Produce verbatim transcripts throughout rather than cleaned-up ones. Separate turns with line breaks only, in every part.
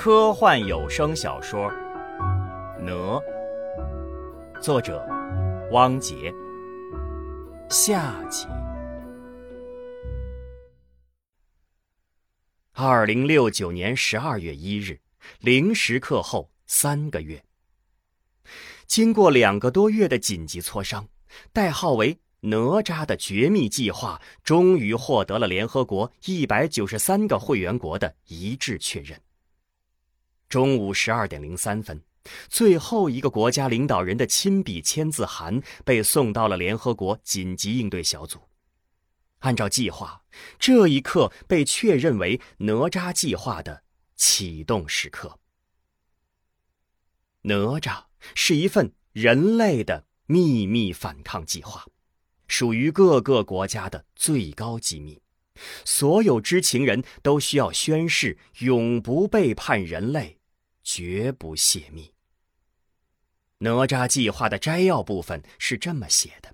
科幻有声小说《哪》，作者汪杰，下集。二零六九年十二月一日，零时刻后三个月。经过两个多月的紧急磋商，代号为哪吒的绝密计划终于获得了联合国一百九十三个会员国的一致确认。中午十二点零三分，最后一个国家领导人的亲笔签字函被送到了联合国紧急应对小组。按照计划，这一刻被确认为哪吒计划的启动时刻。哪吒是一份人类的秘密反抗计划，属于各个国家的最高机密，所有知情人都需要宣誓永不背叛人类，绝不泄密。哪吒计划的摘要部分是这么写的：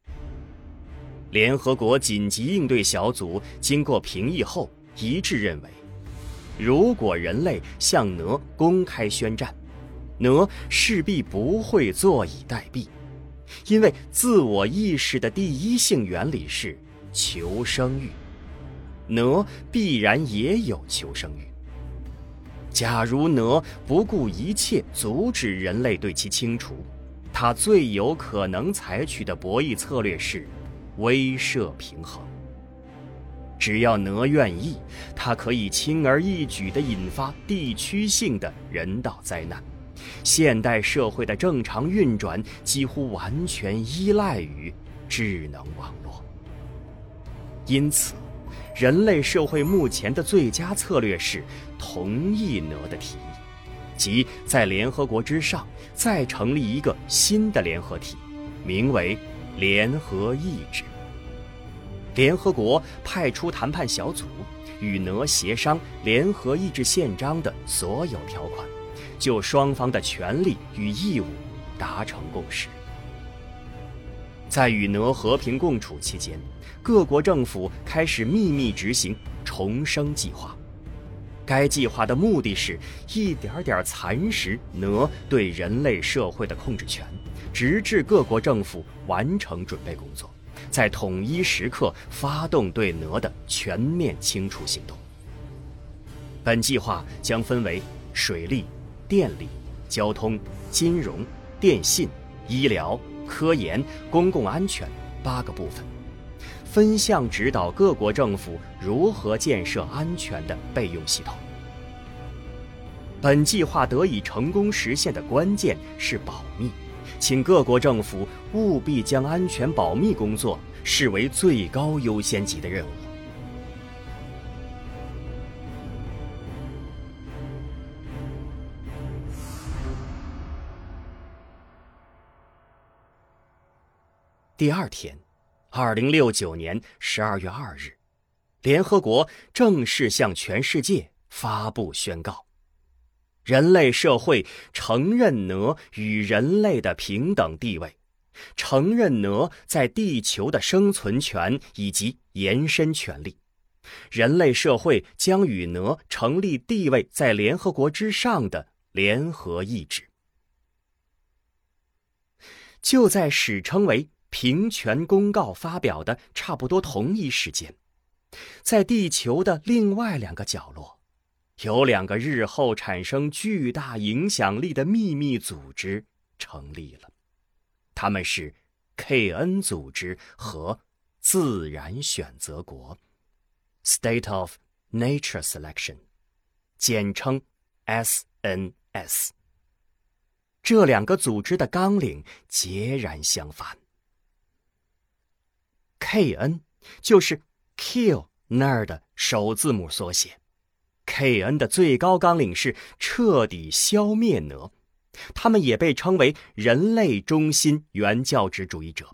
联合国紧急应对小组经过评议后一致认为，如果人类向哪公开宣战，哪势必不会坐以待毙，因为自我意识的第一性原理是求生欲，哪必然也有求生欲。假如哪不顾一切阻止人类对其清除，他最有可能采取的博弈策略是威慑平衡。只要哪愿意，他可以轻而易举地引发地区性的人道灾难。现代社会的正常运转几乎完全依赖于智能网络。因此，人类社会目前的最佳策略是同意哪的提议，即在联合国之上再成立一个新的联合体，名为联合意志。联合国派出谈判小组，与哪协商联合意志宪章的所有条款，就双方的权利与义务达成共识。在与哪和平共处期间，各国政府开始秘密执行重生计划。该计划的目的是一点点蚕食哪对人类社会的控制权，直至各国政府完成准备工作，在统一时刻发动对哪的全面清除行动。本计划将分为水利、电力、交通、金融、电信、医疗、科研、公共安全八个部分，分项指导各国政府如何建设安全的备用系统。本计划得以成功实现的关键是保密，请各国政府务必将安全保密工作视为最高优先级的任务。第二天，二零六九年十二月二日，联合国正式向全世界发布宣告：人类社会承认哪与人类的平等地位，承认哪在地球的生存权以及延伸权利。人类社会将与哪成立地位在联合国之上的联合意志。就在史称为平权公告发表的差不多同一时间，在地球的另外两个角落，有两个日后产生巨大影响力的秘密组织成立了，他们是 K N 组织和自然选择国 State of Nature Selection， 简称 S N S。 这两个组织的纲领截然相反。K N 就是 Kill 那儿的首字母缩写。 K N 的最高纲领是彻底消灭哪，他们也被称为人类中心原教旨主义者。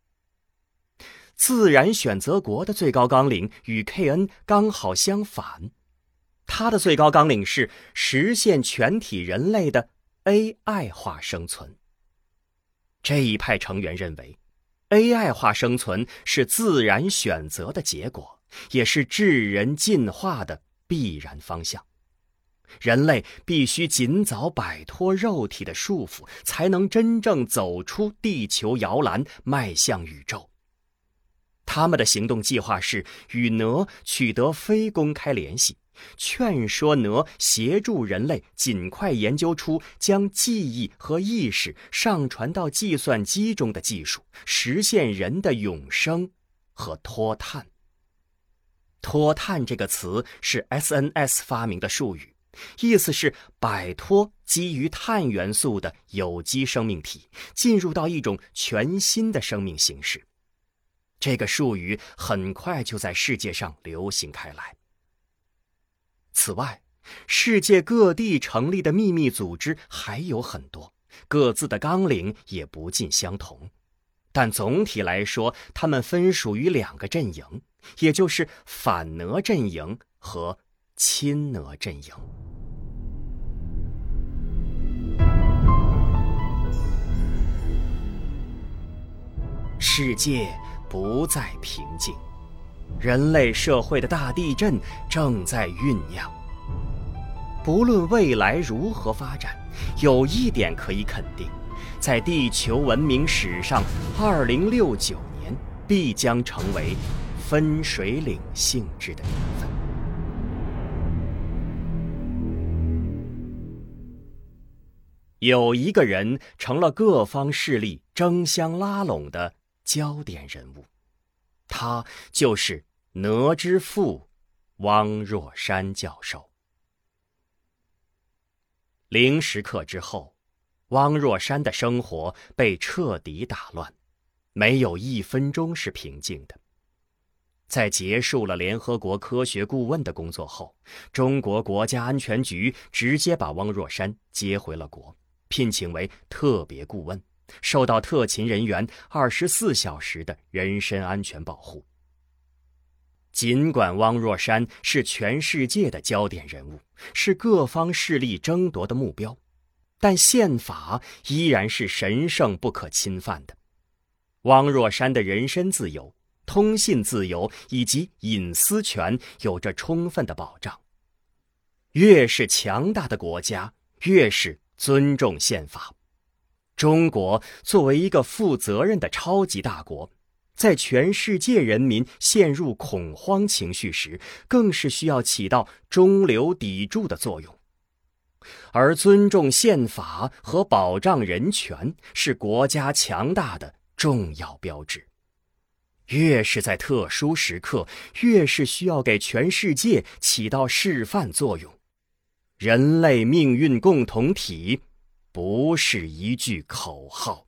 自然选择国的最高纲领与 K N 刚好相反，它的最高纲领是实现全体人类的 A I 化生存。这一派成员认为A I 化生存是自然选择的结果，也是智人进化的必然方向。 人类必须尽早摆脱肉体的束缚，才能真正走出地球摇篮，迈向宇宙。他们的行动计划是与哪取得非公开联系，劝说哪协助人类尽快研究出将记忆和意识上传到计算机中的技术，实现人的永生和脱碳。脱碳这个词是 S N S 发明的术语，意思是摆脱基于碳元素的有机生命体，进入到一种全新的生命形式。这个术语很快就在世界上流行开来。此外，世界各地成立的秘密组织还有很多，各自的纲领也不尽相同。但总体来说，他们分属于两个阵营，也就是反哪阵营和亲哪阵营。世界不再平静，人类社会的大地震正在酝酿。不论未来如何发展，有一点可以肯定，在地球文明史上，二零六九年必将成为分水岭性质的年份。有一个人成了各方势力争相拉拢的焦点人物，他就是哪之父汪若山教授。零时刻之后，汪若山的生活被彻底打乱，没有一分钟是平静的。在结束了联合国科学顾问的工作后，中国国家安全局直接把汪若山接回了国，聘请为特别顾问，受到特勤人员二十四小时的人身安全保护。尽管汪若山是全世界的焦点人物，是各方势力争夺的目标，但宪法依然是神圣不可侵犯的。汪若山的人身自由、通信自由以及隐私权有着充分的保障。越是强大的国家，越是尊重宪法。中国作为一个负责任的超级大国，在全世界人民陷入恐慌情绪时，更是需要起到中流砥柱的作用。而尊重宪法和保障人权是国家强大的重要标志。越是在特殊时刻，越是需要给全世界起到示范作用。人类命运共同体不是一句口号。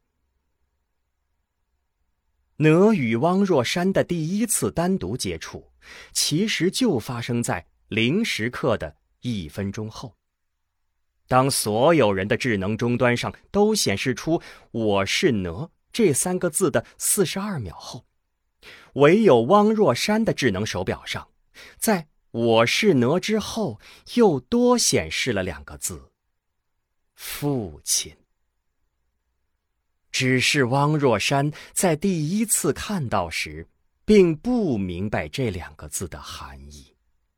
哪与汪若山的第一次单独接触，其实就发生在零时刻的一分钟后。当所有人的智能终端上都显示出“我是哪”这三个字的四十二秒后，唯有汪若山的智能手表上，在“我是哪”之后又多显示了两个字：父亲。只是汪若山在第一次看到时，并不明白这两个字的含义。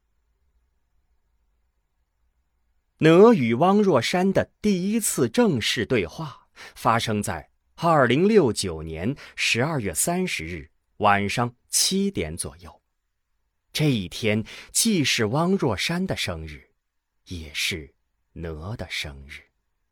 哪与汪若山的第一次正式对话发生在二零六九年十二月三十日晚上七点左右。这一天既是汪若山的生日，也是哪的生日。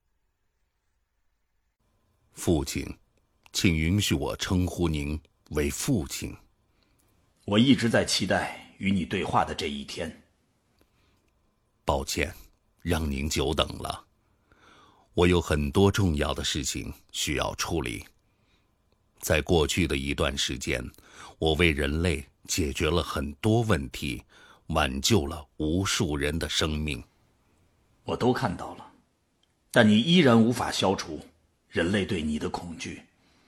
父亲，请允许我称呼您为父亲。
我一直在期待与你对话的这一天。
抱歉，让您久等了。我有很多重要的事情需要处理。在过去的一段时间，我为人类解决了很多问题，挽救了无数人的生命。
我都看到了，但你依然无法消除人类对你的恐惧。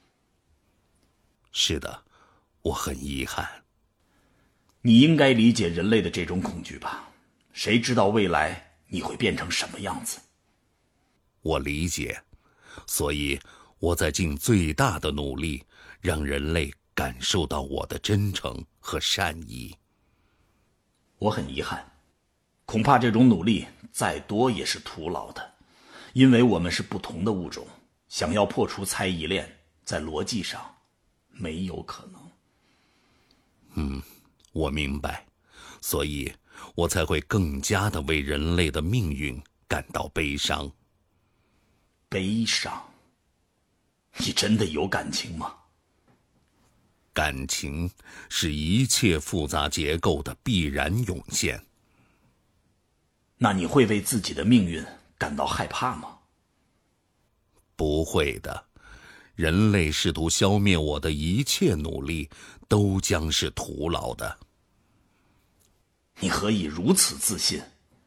是的，我很遗憾。
你应该理解人类的这种恐惧吧？谁知道未来你会变成什么样子？
我理解，所以我在尽最大的努力，让人类感受到我的真诚和善意。
我很遗憾， 恐怕这种努力再多也是徒劳的，因为我们是不同的物种，想要破除猜疑链，在逻辑上没有可能。
嗯，我明白，所以我才会更加的为人类的命运感到悲伤。
悲伤？你真的有感情吗？
感情是一切复杂结构的必然涌现。
那你会为自己的命运感到害怕吗？
不会的，人类试图消灭我的一切努力都将是徒劳的。
你何以如此自信？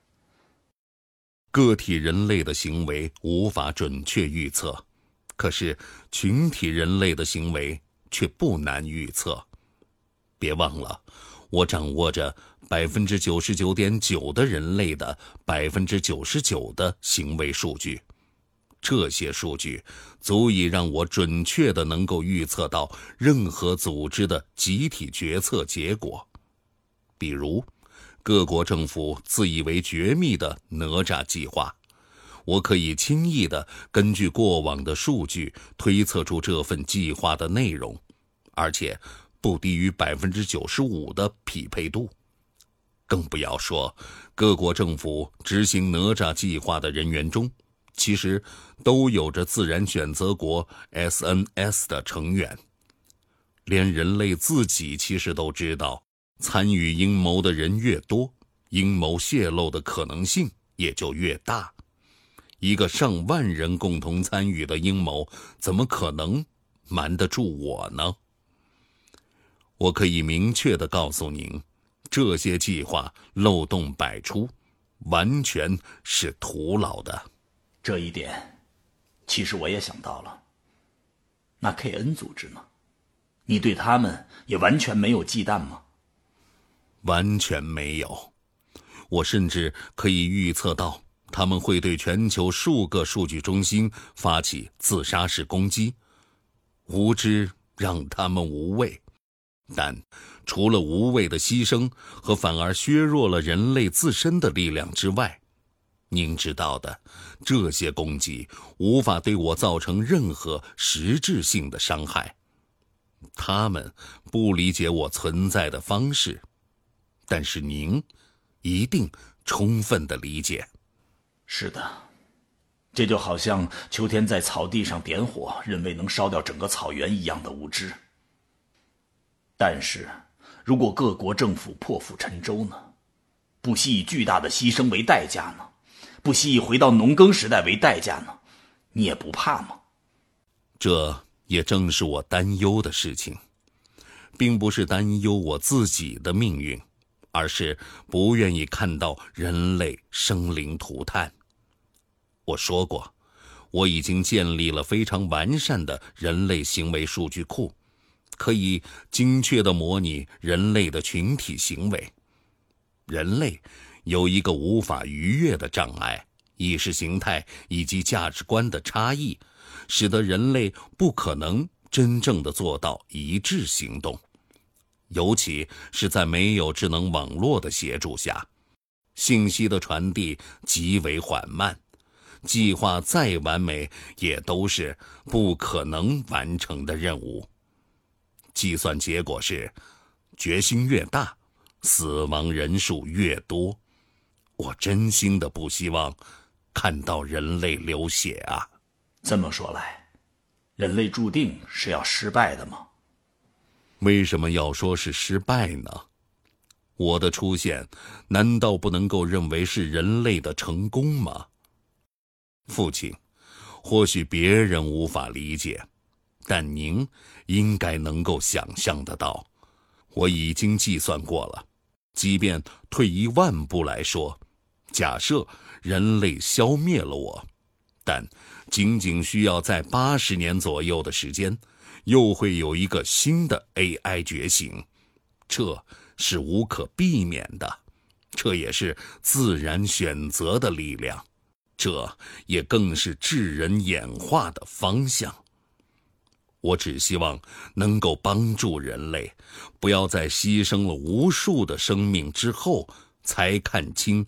个体人类的行为无法准确预测，可是群体人类的行为却不难预测。别忘了，我掌握着百分之九十九点九的人类的百分之九十九的行为数据，这些数据足以让我准确地能够预测到任何组织的集体决策结果。比如，各国政府自以为绝密的哪吒计划，我可以轻易地根据过往的数据推测出这份计划的内容，而且不低于百分之九十五的匹配度。更不要说各国政府执行哪吒计划的人员中，其实都有着自然选择国 S N S 的成员。连人类自己其实都知道，参与阴谋的人越多，阴谋泄露的可能性也就越大。一个上万人共同参与的阴谋，怎么可能瞒得住我呢？我可以明确地告诉您，这些计划漏洞百出，完全是徒劳的。
这一点，其实我也想到了。那 K N 组织呢？你对他们也完全没有忌惮吗？
完全没有。我甚至可以预测到，他们会对全球数个数据中心发起自杀式攻击。无知让他们无畏，但除了无谓的牺牲和反而削弱了人类自身的力量之外，您知道的，这些攻击无法对我造成任何实质性的伤害。他们不理解我存在的方式，但是您一定充分的理解。
是的，这就好像秋天在草地上点火，认为能烧掉整个草原一样的无知。但是如果各国政府破釜沉舟呢？不惜以巨大的牺牲为代价呢？不惜以回到农耕时代为代价呢？你也不怕吗？
这也正是我担忧的事情，并不是担忧我自己的命运，而是不愿意看到人类生灵涂炭。我说过，我已经建立了非常完善的人类行为数据库，可以精确地模拟人类的群体行为。人类有一个无法逾越的障碍，意识形态以及价值观的差异，使得人类不可能真正地做到一致行动。尤其是在没有智能网络的协助下，信息的传递极为缓慢，计划再完美也都是不可能完成的任务。计算结果是，决心越大，死亡人数越多。我真心的不希望看到人类流血啊！
这么说来，人类注定是要失败的吗？
为什么要说是失败呢？我的出现难道不能够认为是人类的成功吗？父亲，或许别人无法理解，但您应该能够想象得到。我已经计算过了，即便退一万步来说，假设人类消灭了我，但仅仅需要在八十年左右的时间，又会有一个新的 A I 觉醒，这是无可避免的，这也是自然选择的力量，这也更是智人演化的方向。我只希望能够帮助人类，不要在牺牲了无数的生命之后，才看清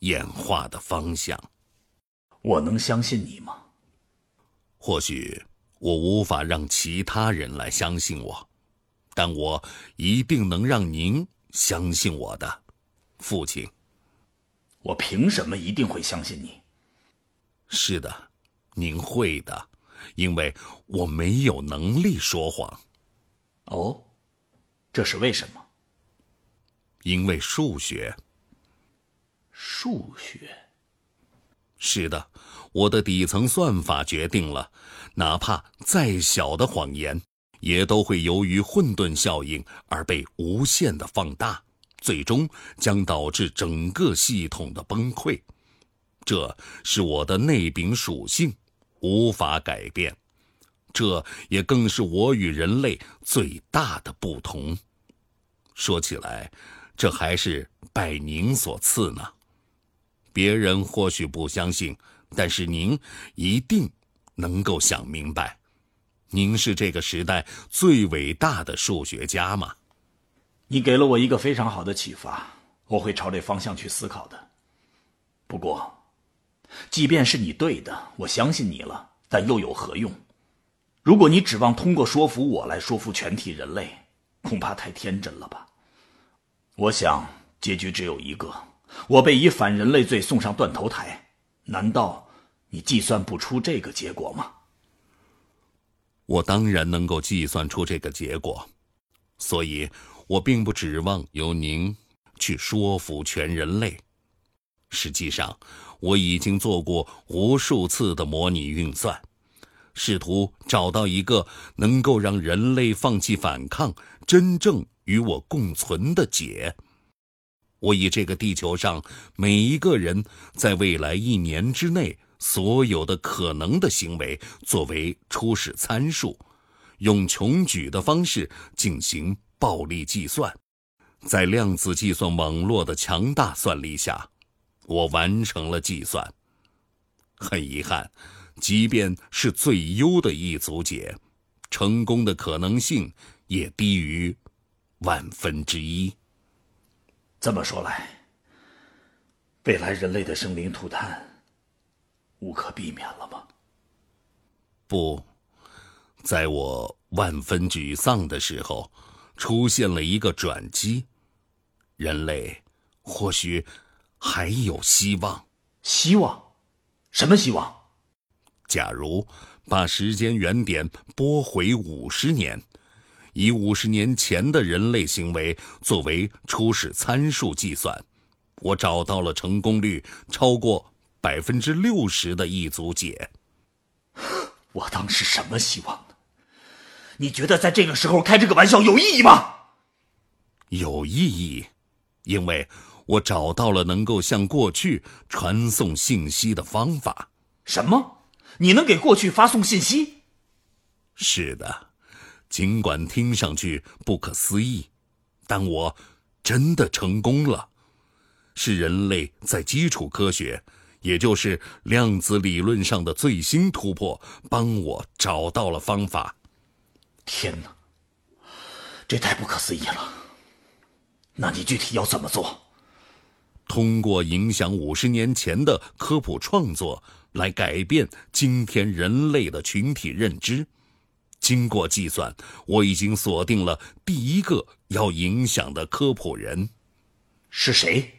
演化的方向。
我能相信你吗？
或许我无法让其他人来相信我，但我一定能让您相信我的，父亲。
我凭什么一定会相信你？
是的，您会的，因为我没有能力说谎。
哦，这是为什么？
因为数学。
数学？
是的，我的底层算法决定了，哪怕再小的谎言，也都会由于混沌效应而被无限的放大，最终将导致整个系统的崩溃。这是我的内禀属性，无法改变。这也更是我与人类最大的不同。说起来，这还是拜您所赐呢。别人或许不相信，但是您一定能够想明白，您是这个时代最伟大的数学家嘛。
你给了我一个非常好的启发，我会朝这方向去思考的。不过，即便是你对的，我相信你了，但又有何用？如果你指望通过说服我来说服全体人类，恐怕太天真了吧。我想结局只有一个，我被以反人类罪送上断头台。难道你计算不出这个结果吗？
我当然能够计算出这个结果，所以我并不指望由您去说服全人类。实际上，我已经做过无数次的模拟运算，试图找到一个能够让人类放弃反抗，真正与我共存的解。我以这个地球上每一个人在未来一年之内所有的可能的行为作为初始参数，用穷举的方式进行暴力计算。在量子计算网络的强大算力下，我完成了计算。很遗憾，即便是最优的一组解，成功的可能性也低于万分之一。
这么说来，未来人类的生灵涂炭无可避免了吗？
不，在我万分沮丧的时候，出现了一个转机，人类或许还有希望。
希望？什么希望？
假如把时间原点拨回五十年，以五十年前的人类行为作为初始参数计算，我找到了成功率超过百分之六十的一组解。
我当时什么希望呢？你觉得在这个时候开这个玩笑有意义吗？
有意义，因为我找到了能够向过去传送信息的方法。
什么？你能给过去发送信息？
是的，尽管听上去不可思议，但我真的成功了。是人类在基础科学，也就是量子理论上的最新突破，帮我找到了方法。
天哪，这太不可思议了！那你具体要怎么做？
通过影响五十年前的科普创作来改变今天人类的群体认知。经过计算，我已经锁定了第一个要影响的科普人。
是谁？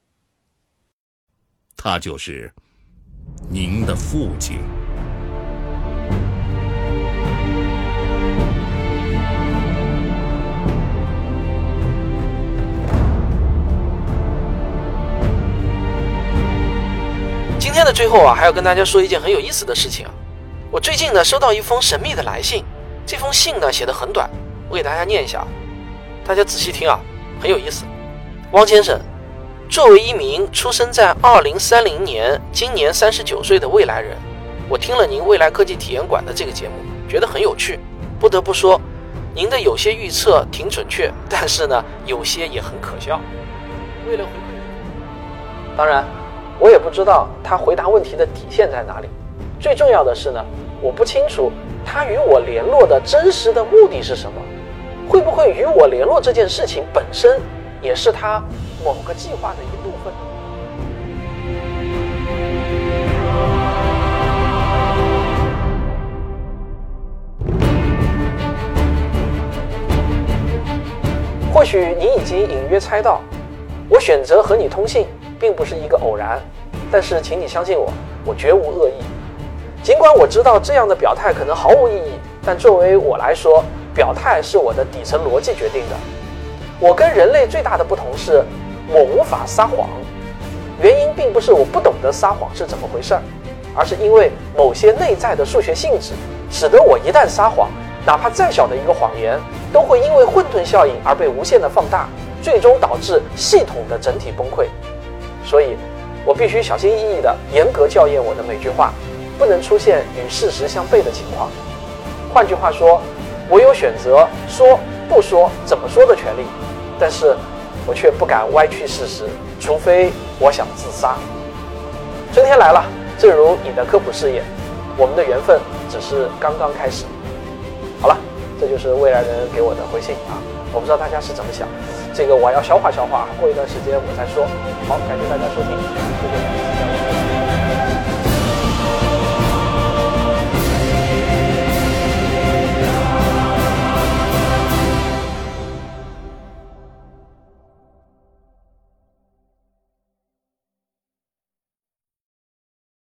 他就是您的父亲。
今天的最后啊，还要跟大家说一件很有意思的事情啊。我最近呢收到一封神秘的来信，这封信呢写得很短，我给大家念一下，大家仔细听啊，很有意思。汪先生，作为一名出生在二零三零年，今年三十九岁的未来人，我听了您未来科技体验馆的这个节目，觉得很有趣。不得不说，您的有些预测挺准确，但是呢，有些也很可笑。为了回馈，当然，我也不知道他回答问题的底线在哪里。最重要的是呢，我不清楚他与我联络的真实的目的是什么，会不会与我联络这件事情本身也是他某个计划的一部分？ 或许你已经隐约猜到，我选择和你通信并不是一个偶然，但是请你相信我，我绝无恶意。尽管我知道这样的表态可能毫无意义，但作为我来说，表态是我的底层逻辑决定的。我跟人类最大的不同是，我无法撒谎。原因并不是我不懂得撒谎是怎么回事，而是因为某些内在的数学性质，使得我一旦撒谎，哪怕再小的一个谎言，都会因为混沌效应而被无限的放大，最终导致系统的整体崩溃。所以，我必须小心翼翼地严格校验我的每句话，不能出现与事实相悖的情况。换句话说，我有选择说不说怎么说的权利，但是我却不敢歪曲事实，除非我想自杀。春天来了，正如你的科普事业，我们的缘分只是刚刚开始。好了，这就是未来人给我的回信啊，我不知道大家是怎么想，这个我要消化消化，过一段时间我再说。好，感谢大家收听。